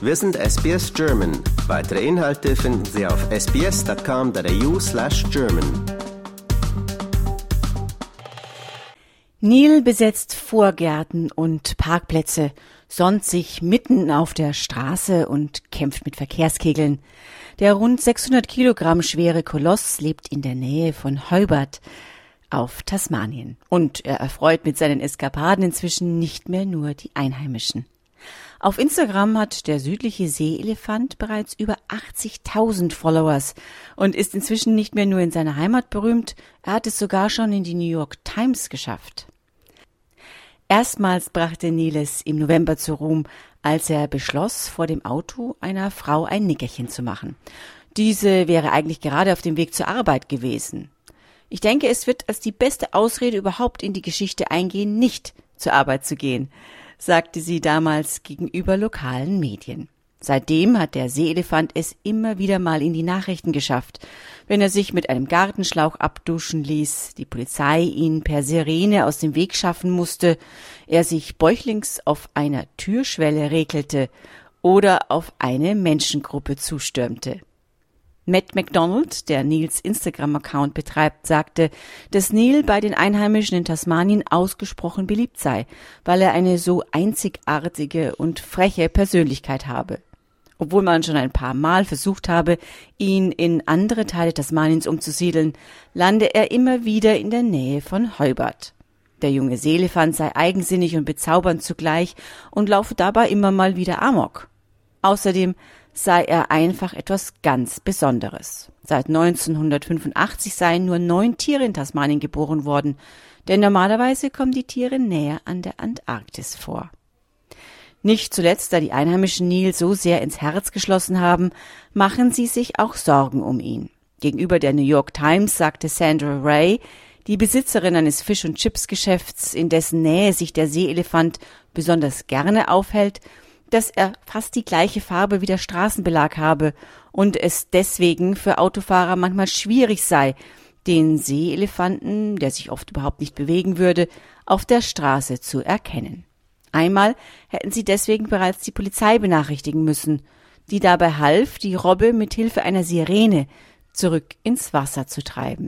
Wir sind SBS German. Weitere Inhalte finden Sie auf sbs.com.au/German. Neil besetzt Vorgärten und Parkplätze, sonnt sich mitten auf der Straße und kämpft mit Verkehrskegeln. Der rund 600 Kilogramm schwere Koloss lebt in der Nähe von Hobart auf Tasmanien. Und er erfreut mit seinen Eskapaden inzwischen nicht mehr nur die Einheimischen. Auf Instagram hat der südliche Seeelefant bereits über 80.000 Followers und ist inzwischen nicht mehr nur in seiner Heimat berühmt, er hat es sogar schon in die New York Times geschafft. Erstmals brachte Neil es im November zu Ruhm, als er beschloss, vor dem Auto einer Frau ein Nickerchen zu machen. Diese wäre eigentlich gerade auf dem Weg zur Arbeit gewesen. Ich denke, es wird als die beste Ausrede überhaupt in die Geschichte eingehen, nicht zur Arbeit zu gehen, sagte sie damals gegenüber lokalen Medien. Seitdem hat der Seeelefant es immer wieder mal in die Nachrichten geschafft, wenn er sich mit einem Gartenschlauch abduschen ließ, die Polizei ihn per Sirene aus dem Weg schaffen musste, er sich bäuchlings auf einer Türschwelle regelte oder auf eine Menschengruppe zustürmte. Matt McDonald, der Neils Instagram-Account betreibt, sagte, dass Neil bei den Einheimischen in Tasmanien ausgesprochen beliebt sei, weil er eine so einzigartige und freche Persönlichkeit habe. Obwohl man schon ein paar Mal versucht habe, ihn in andere Teile Tasmaniens umzusiedeln, lande er immer wieder in der Nähe von Hobart. Der junge Seeelefant sei eigensinnig und bezaubernd zugleich und laufe dabei immer mal wieder amok. Außerdem sei er einfach etwas ganz Besonderes. Seit 1985 seien nur 9 Tiere in Tasmanien geboren worden, denn normalerweise kommen die Tiere näher an der Antarktis vor. Nicht zuletzt, da die Einheimischen Neil so sehr ins Herz geschlossen haben, machen sie sich auch Sorgen um ihn. Gegenüber der New York Times sagte Sandra Ray, die Besitzerin eines Fisch- und Chips-Geschäfts, in dessen Nähe sich der Seeelefant besonders gerne aufhält, dass er fast die gleiche Farbe wie der Straßenbelag habe und es deswegen für Autofahrer manchmal schwierig sei, den Seeelefanten, der sich oft überhaupt nicht bewegen würde, auf der Straße zu erkennen. Einmal hätten sie deswegen bereits die Polizei benachrichtigen müssen, die dabei half, die Robbe mit Hilfe einer Sirene zurück ins Wasser zu treiben.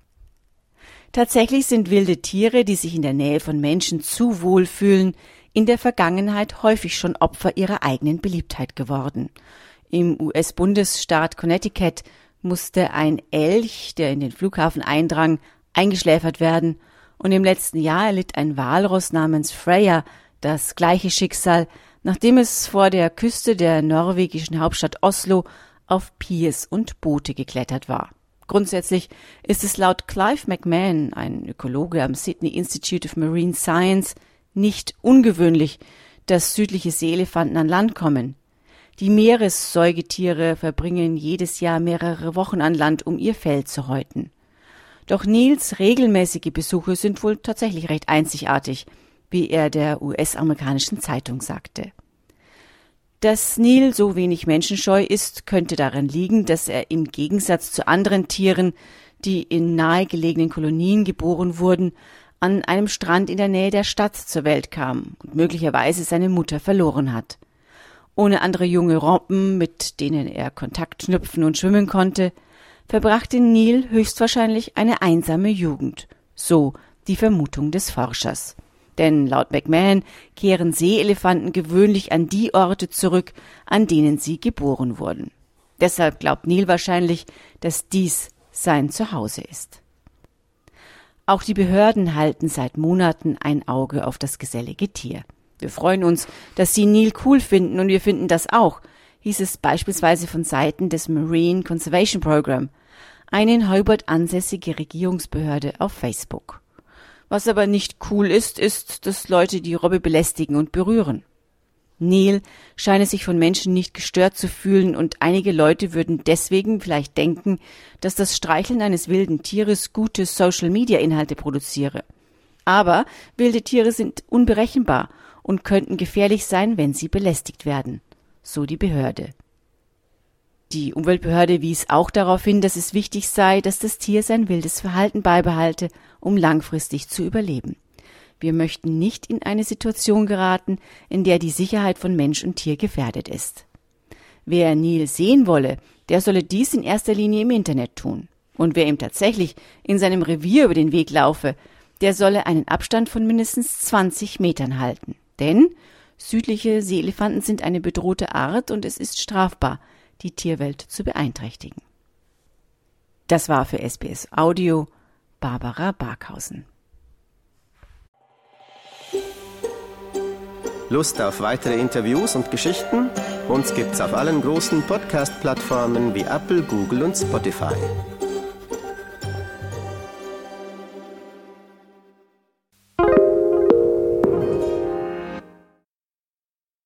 Tatsächlich sind wilde Tiere, die sich in der Nähe von Menschen zu wohl fühlen, in der Vergangenheit häufig schon Opfer ihrer eigenen Beliebtheit geworden. Im US-Bundesstaat Connecticut musste ein Elch, der in den Flughafen eindrang, eingeschläfert werden, und im letzten Jahr erlitt ein Walross namens Freya das gleiche Schicksal, nachdem es vor der Küste der norwegischen Hauptstadt Oslo auf Piers und Boote geklettert war. Grundsätzlich ist es laut Clive McMahon, ein Ökologe am Sydney Institute of Marine Science, nicht ungewöhnlich, dass südliche Seeelefanten an Land kommen. Die Meeressäugetiere verbringen jedes Jahr mehrere Wochen an Land, um ihr Fell zu häuten. Doch Neils regelmäßige Besuche sind wohl tatsächlich recht einzigartig, wie er der US-amerikanischen Zeitung sagte. Dass Neil so wenig menschenscheu ist, könnte daran liegen, dass er im Gegensatz zu anderen Tieren, die in nahegelegenen Kolonien geboren wurden, an einem Strand in der Nähe der Stadt zur Welt kam und möglicherweise seine Mutter verloren hat. Ohne andere junge Robben, mit denen er Kontakt knüpfen und schwimmen konnte, verbrachte Neil höchstwahrscheinlich eine einsame Jugend, so die Vermutung des Forschers. Denn laut McMahon kehren Seeelefanten gewöhnlich an die Orte zurück, an denen sie geboren wurden. Deshalb glaubt Neil wahrscheinlich, dass dies sein Zuhause ist. Auch die Behörden halten seit Monaten ein Auge auf das gesellige Tier. Wir freuen uns, dass Sie Neil cool finden und wir finden das auch, hieß es beispielsweise von Seiten des Marine Conservation Program, eine in Hobart ansässige Regierungsbehörde auf Facebook. Was aber nicht cool ist, dass Leute die Robbe belästigen und berühren. Neil scheine sich von Menschen nicht gestört zu fühlen und einige Leute würden deswegen vielleicht denken, dass das Streicheln eines wilden Tieres gute Social-Media-Inhalte produziere. Aber wilde Tiere sind unberechenbar und könnten gefährlich sein, wenn sie belästigt werden, so die Behörde. Die Umweltbehörde wies auch darauf hin, dass es wichtig sei, dass das Tier sein wildes Verhalten beibehalte, um langfristig zu überleben. Wir möchten nicht in eine Situation geraten, in der die Sicherheit von Mensch und Tier gefährdet ist. Wer Neil sehen wolle, der solle dies in erster Linie im Internet tun. Und wer ihm tatsächlich in seinem Revier über den Weg laufe, der solle einen Abstand von mindestens 20 Metern halten. Denn südliche Seeelefanten sind eine bedrohte Art und es ist strafbar, die Tierwelt zu beeinträchtigen. Das war für SBS Audio Barbara Barkhausen. Lust auf weitere Interviews und Geschichten? Uns gibt's auf allen großen Podcast-Plattformen wie Apple, Google und Spotify.